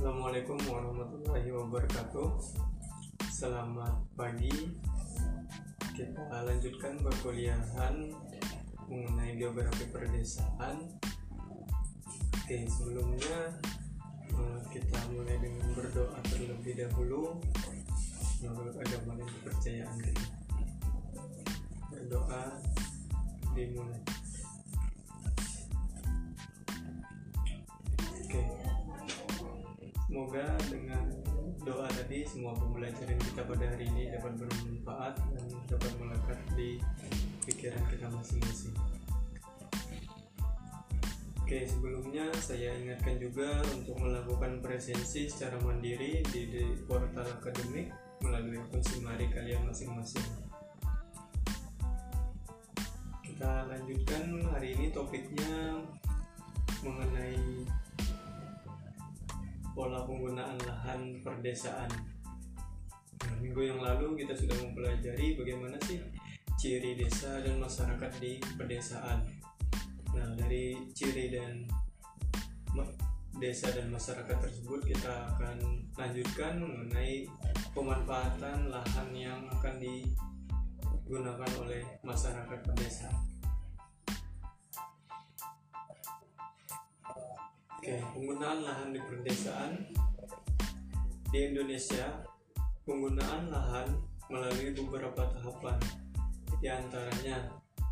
Assalamualaikum warahmatullahi wabarakatuh. Selamat pagi. Kita lanjutkan perkuliahan mengenai geografi perdesaan. Oke, sebelumnya kita mulai dengan berdoa terlebih dahulu menurut agama dan kepercayaan kita. Berdoa dimulai. Oke. Semoga dengan doa tadi semua pembelajaran kita pada hari ini dapat bermanfaat dan dapat melekat di pikiran kita masing-masing. Oke, sebelumnya saya ingatkan juga untuk melakukan presensi secara mandiri di portal akademik melalui akun Simari kalian masing-masing. Kita lanjutkan hari ini topiknya mengenai pola penggunaan lahan perdesaan. Minggu yang lalu kita sudah mempelajari bagaimana sih ciri desa dan masyarakat di pedesaan. Nah, dari ciri dan desa dan masyarakat tersebut kita akan lanjutkan mengenai pemanfaatan lahan yang akan digunakan oleh masyarakat pedesaan. Oke, penggunaan lahan di pedesaan di Indonesia. Penggunaan lahan melalui beberapa tahapan. Di antaranya,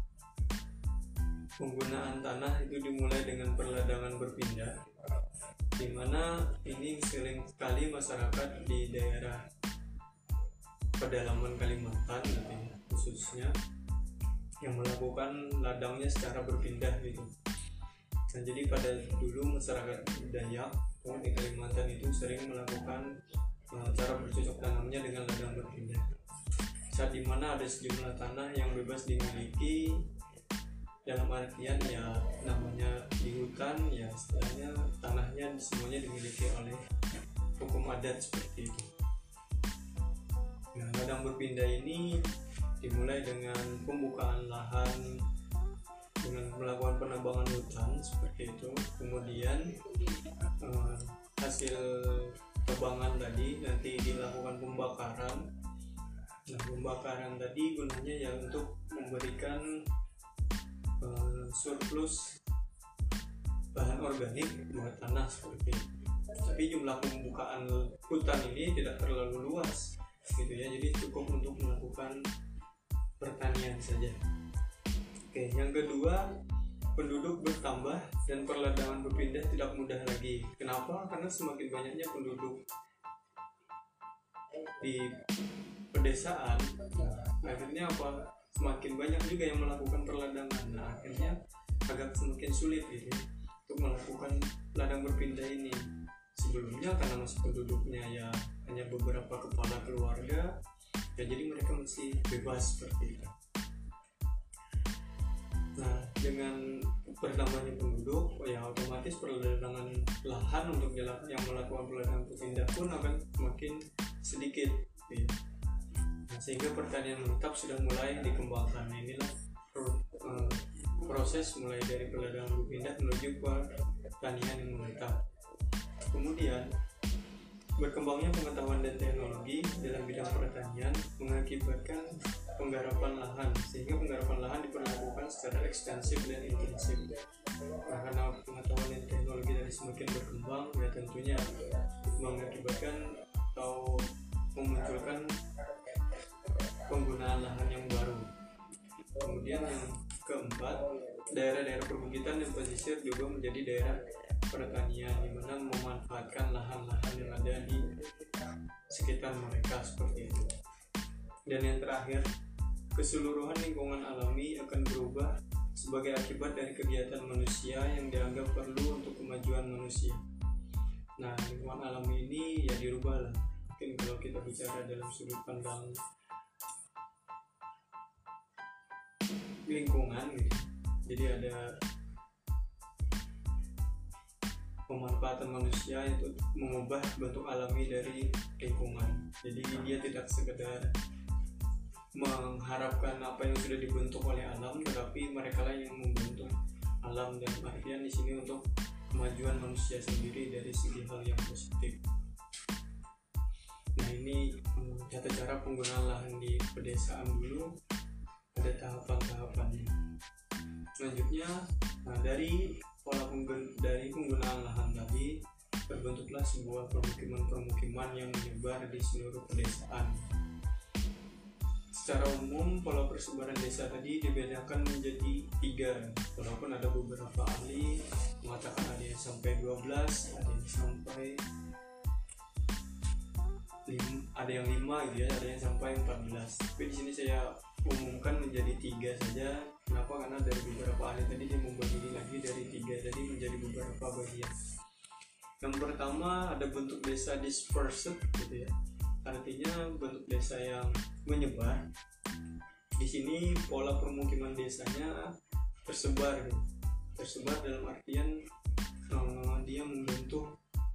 penggunaan tanah itu dimulai dengan perladangan berpindah, di mana ini sering sekali masyarakat di daerah pedalaman Kalimantan khususnya yang melakukan ladangnya secara berpindah gitu. Nah, jadi pada dulu masyarakat Dayak di Kalimantan itu sering melakukan cara bercocok tanamnya dengan ladang berpindah. Saat dimana ada sejumlah tanah yang bebas dimiliki, dalam artian ya namanya di hutan ya istilahnya tanahnya semuanya dimiliki oleh hukum adat seperti itu. Nah, ladang berpindah ini dimulai dengan pembukaan lahan dengan melakukan penebangan hutan seperti itu, kemudian hasil tebangan tadi nanti dilakukan pembakaran. Nah, pembakaran tadi gunanya ya untuk memberikan surplus bahan organik buat tanah seperti itu. Tapi jumlah pembukaan hutan ini tidak terlalu luas gitu ya, jadi cukup untuk melakukan pertanian saja. Oke, yang kedua, penduduk bertambah dan perladangan berpindah tidak mudah lagi. Kenapa? Karena semakin banyaknya penduduk di pedesaan, akhirnya apa? Semakin banyak juga yang melakukan perladangan. Nah, akhirnya agak semakin sulit gitu untuk melakukan ladang berpindah ini. Sebelumnya karena masih penduduknya ya hanya beberapa kepala keluarga, ya jadi mereka masih bebas seperti itu. Nah, dengan bertambahnya penduduk, ya otomatis perladangan lahan untuk yang melakukan perladangan berpindah pun akan semakin sedikit. Ya. Nah, sehingga pertanian menetap sudah mulai dikembangkan. Inilah proses mulai dari perladangan berpindah menuju pertanian yang menetap. Kemudian berkembangnya pengetahuan dan teknologi dalam bidang pertanian mengakibatkan penggarapan lahan, sehingga penggarapan lahan diperlakukan secara ekstensif dan intensif. Nah, karena pengetahuan dan teknologi tadi semakin berkembang, ya tentunya mengakibatkan atau memunculkan penggunaan lahan yang baru. Kemudian yang keempat, daerah-daerah perbukitan dan pesisir juga menjadi daerah pertanian, di mana memanfaatkan lahan-lahan yang ada di sekitar mereka seperti itu. Dan yang terakhir, keseluruhan lingkungan alami akan berubah sebagai akibat dari kegiatan manusia yang dianggap perlu untuk kemajuan manusia. Nah, lingkungan alami ini ya dirubah lah. Mungkin kalau kita bicara dalam sudut pandang lingkungan gitu. Jadi ada pemanfaatan manusia untuk mengubah bentuk alami dari lingkungan. Jadi dia tidak sekedar mengharapkan apa yang sudah dibentuk oleh alam, tetapi mereka lah yang membentuk alam, dan artian di sini untuk kemajuan manusia sendiri dari segi hal yang positif. Nah ini tata cara penggunaan lahan di pedesaan dulu, ada tahapan-tahapannya. Selanjutnya, dari penggunaan lahan tadi terbentuklah sebuah permukiman yang menyebar di seluruh pedesaan. Secara umum, pola persebaran desa tadi dibedakan menjadi 3, walaupun ada beberapa ahli mengatakan ada yang sampai 12, ada yang sampai 5, ada yang 5 gitu ya, ada yang sampai 14. Tapi di sini saya umumkan menjadi 3 saja. Kenapa? Karena dari beberapa ahli tadi dia membagi lagi dari 3 tadi menjadi beberapa bagian. Yang pertama ada bentuk desa dispersed gitu ya. Artinya bentuk desa yang menyebar. Di sini pola permukiman desanya tersebar gitu. Tersebar dalam artian dia membentuk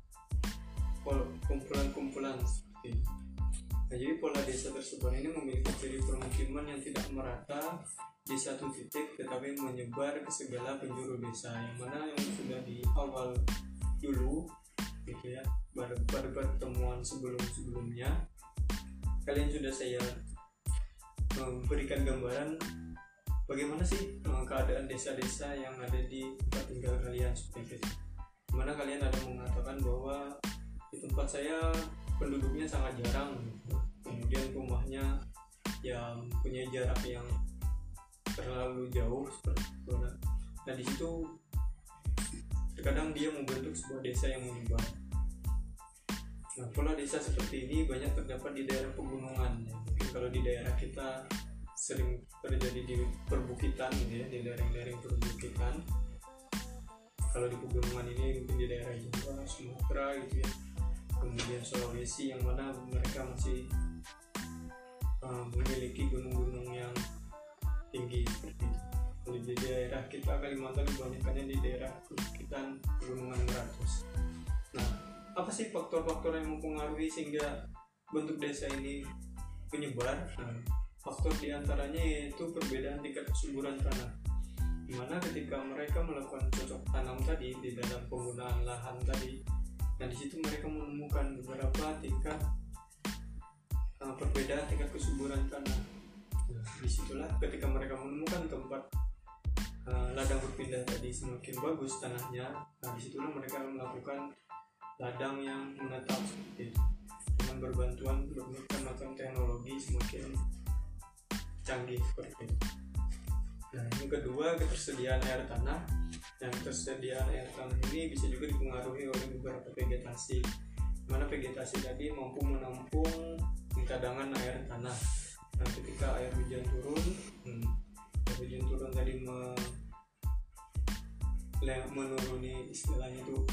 kumpulan-kumpulan seperti itu. Nah, jadi pola desa tersebar ini memiliki ciri permukiman yang tidak merata di satu titik tetapi menyebar ke segala penjuru desa, yang mana yang sudah di awal dulu gitu ya, pada pertemuan sebelumnya kalian sudah saya memberikan gambaran bagaimana sih keadaan desa-desa yang ada di tempat tinggal kalian seperti itu. Dimana kalian ada mengatakan bahwa di tempat saya penduduknya sangat jarang, kemudian rumahnya yang punya jarak yang terlalu jauh seperti itu. Nah di situ terkadang dia membentuk sebuah desa yang menyebar. Nah pola desa seperti ini banyak terdapat di daerah pegunungan ya. Mungkin kalau di daerah kita sering terjadi di perbukitan gitu ya, di lereng-lereng perbukitan. Kalau di pegunungan ini mungkin di daerah Jawa, Sumatera gitu ya, kemudian Sulawesi yang mana mereka masih memiliki gunung-gunung yang tinggi seperti itu. Kalau di daerah kita Kalimantan kebanyakannya di daerah perbukitan pegunungan beratus. Nah, apa sih faktor-faktor yang mempengaruhi sehingga bentuk desa ini menyebar? Nah, faktor diantaranya yaitu perbedaan tingkat kesuburan tanah. Dimana ketika mereka melakukan cocok tanam tadi di dalam penggunaan lahan tadi, nah di situ mereka menemukan beberapa tingkat perbedaan tingkat kesuburan tanah. Nah, disitulah ketika mereka menemukan tempat ladang berpindah tadi semakin bagus tanahnya, nah disitulah mereka melakukan ladang yang menetap seperti itu dengan berbagai macam teknologi semakin canggih seperti itu. Nah yang kedua, ketersediaan air tanah. Yang ketersediaan air tanah ini bisa juga dipengaruhi oleh beberapa vegetasi, mana vegetasi tadi mampu menampung cadangan air tanah. Nah ketika air hujan turun tadi menuruni istilahnya itu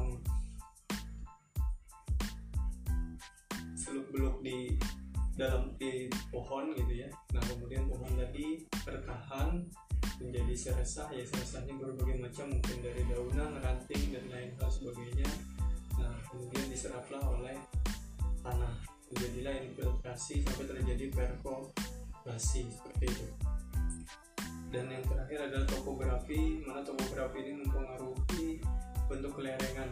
seluk-beluk di pohon gitu ya. Nah kemudian pohon tadi tertahan menjadi seresah, ya seresahnya berbagai macam, mungkin dari daunan, ranting dan lain hal sebagainya. Nah kemudian diseraplah oleh tanah, terjadilah infiltrasi sampai terjadi perkolasi seperti itu. Dan yang terakhir adalah topografi, mana topografi ini mempengaruhi bentuk lereng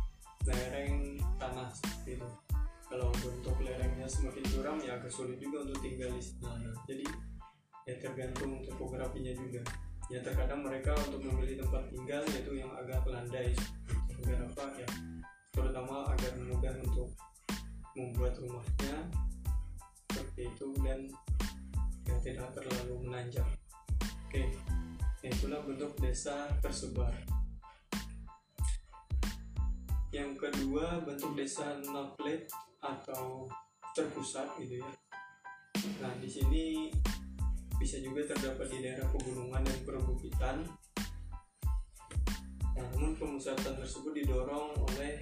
tanah seperti itu. Kalau bentuk lerengnya semakin curam ya agak sulit juga untuk tinggal di sana. Jadi ya tergantung topografinya juga. Ya terkadang mereka untuk memilih tempat tinggal yaitu yang agak landai agar apa ya, terutama agar mudah untuk membuat rumahnya seperti itu dan ya tidak terlalu menanjak. Oke, itulah bentuk desa tersebar. Yang kedua, bentuk desa nucleate atau terpusat gitu ya. Nah di sini bisa juga terdapat di daerah pegunungan dan perbukitan. Nah, namun pemusatan tersebut didorong oleh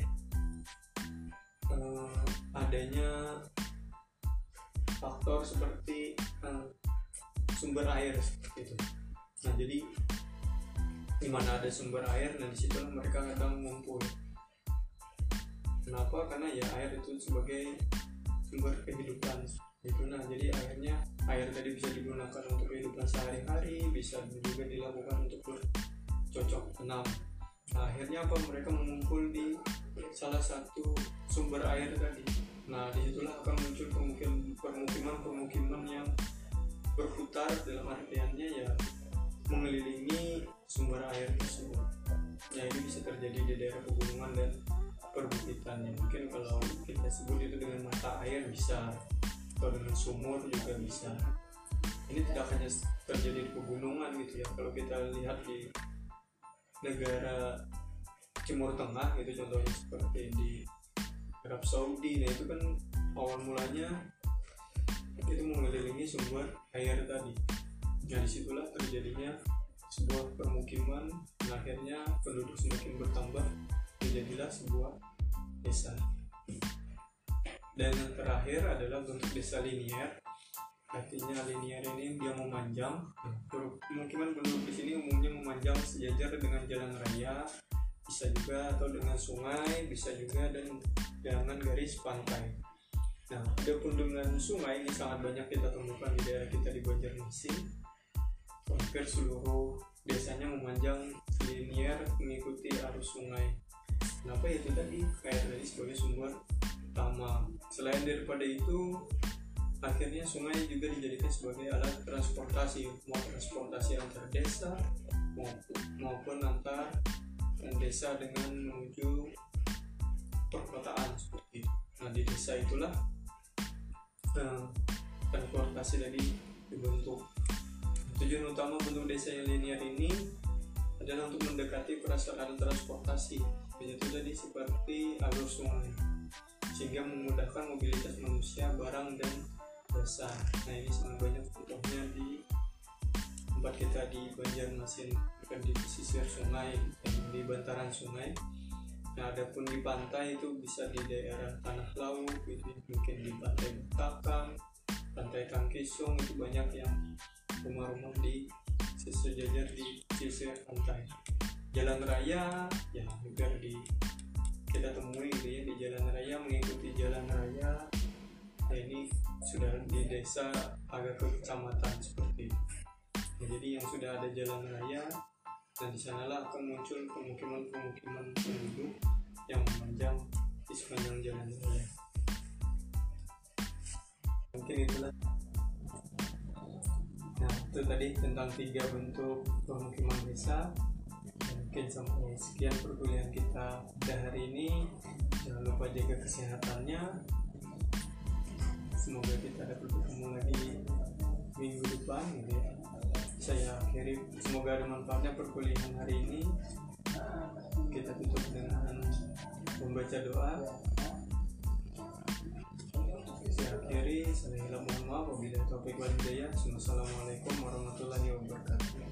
adanya faktor seperti sumber air seperti itu. Nah jadi di mana ada sumber air, nah disitulah mereka akan mengumpul. Kenapa? Karena ya air itu sebagai sumber kehidupan itu. Nah jadi air tadi bisa digunakan untuk kehidupan sehari-hari, bisa juga dilakukan untuk bercocok tanam. Nah, akhirnya apa, mereka mengumpul di salah satu sumber air tadi. Nah, disitulah akan muncul permukiman yang berputar, dalam artiannya ya mengelilingi sumber air tersebut. Ya, ini bisa terjadi di daerah pegunungan dan perbukitan. Ya, mungkin kalau kita sebut itu dengan mata air bisa, atau dengan sumur juga bisa. Ini tidak hanya terjadi di pegunungan gitu ya. Kalau kita lihat di negara Timur Tengah gitu, contohnya seperti di Arab Saudi, nah itu kan awal mulanya itu mengelilingi sumber air tadi. Nah, disitulah terjadinya sebuah permukiman, dan akhirnya penduduk semakin bertambah, menjadilah sebuah desa. Dan yang terakhir adalah bentuk desa linier. Artinya linier ini dia memanjang. Permukiman penduduk di sini umumnya memanjang sejajar dengan jalan raya, bisa juga atau dengan sungai, bisa juga dan dengan garis pantai. Nah, adapun dengan sungai ini sangat banyak kita temukan di daerah kita di Banjarmasin. Hampir seluruh desanya memanjang linier mengikuti arus sungai. Kenapa? Itu tadi kayak tadi sebagai sumber utama. Selain daripada itu, akhirnya sungai juga dijadikan sebagai alat transportasi, mau transportasi antar desa maupun antar desa dengan menuju perkotaan seperti itu. Nah, di desa itulah transportasi tadi dibentuk. Tujuan utama bentuk desa yang linear ini adalah untuk mendekati prasarana transportasi, yaitu tadi seperti alur sungai, sehingga memudahkan mobilitas manusia, barang, dan desa. Nah, ini sangat banyak contohnya di tempat kita di Banjarmasin, bukan di pesisir sungai, di bantaran sungai. Nah, adapun di pantai itu bisa di daerah Tanah Laut, gitu. Mungkin di Pantai Betakang, Pantai Tangkisung, itu banyak yang rumah-rumah di sejajar di sisi pantai. Jalan raya ya juga kita temui gitu ya, di jalan raya, mengikuti jalan raya. Nah, ini sudah di desa agak ke kecamatan seperti itu. Nah, jadi yang sudah ada jalan raya, dan di sanalah akan muncul pemukiman penduduk yang memanjang di sepanjang jalan raya. Mungkin itulah. Nah, itu tadi tentang 3 bentuk pemukiman desa. Mungkin sampai sekian perkuliahan kita pada hari ini. Jangan lupa jaga kesehatannya. Semoga kita dapat bertemu lagi minggu depan gitu ya. Saya akhiri, semoga ada manfaatnya perkuliahan hari ini. Kita tutup dengan membaca doa. Saya akhiri, saya mohon maaf wabillahi taufiq wal hidayah. Wassalamualaikum warahmatullahi wabarakatuh.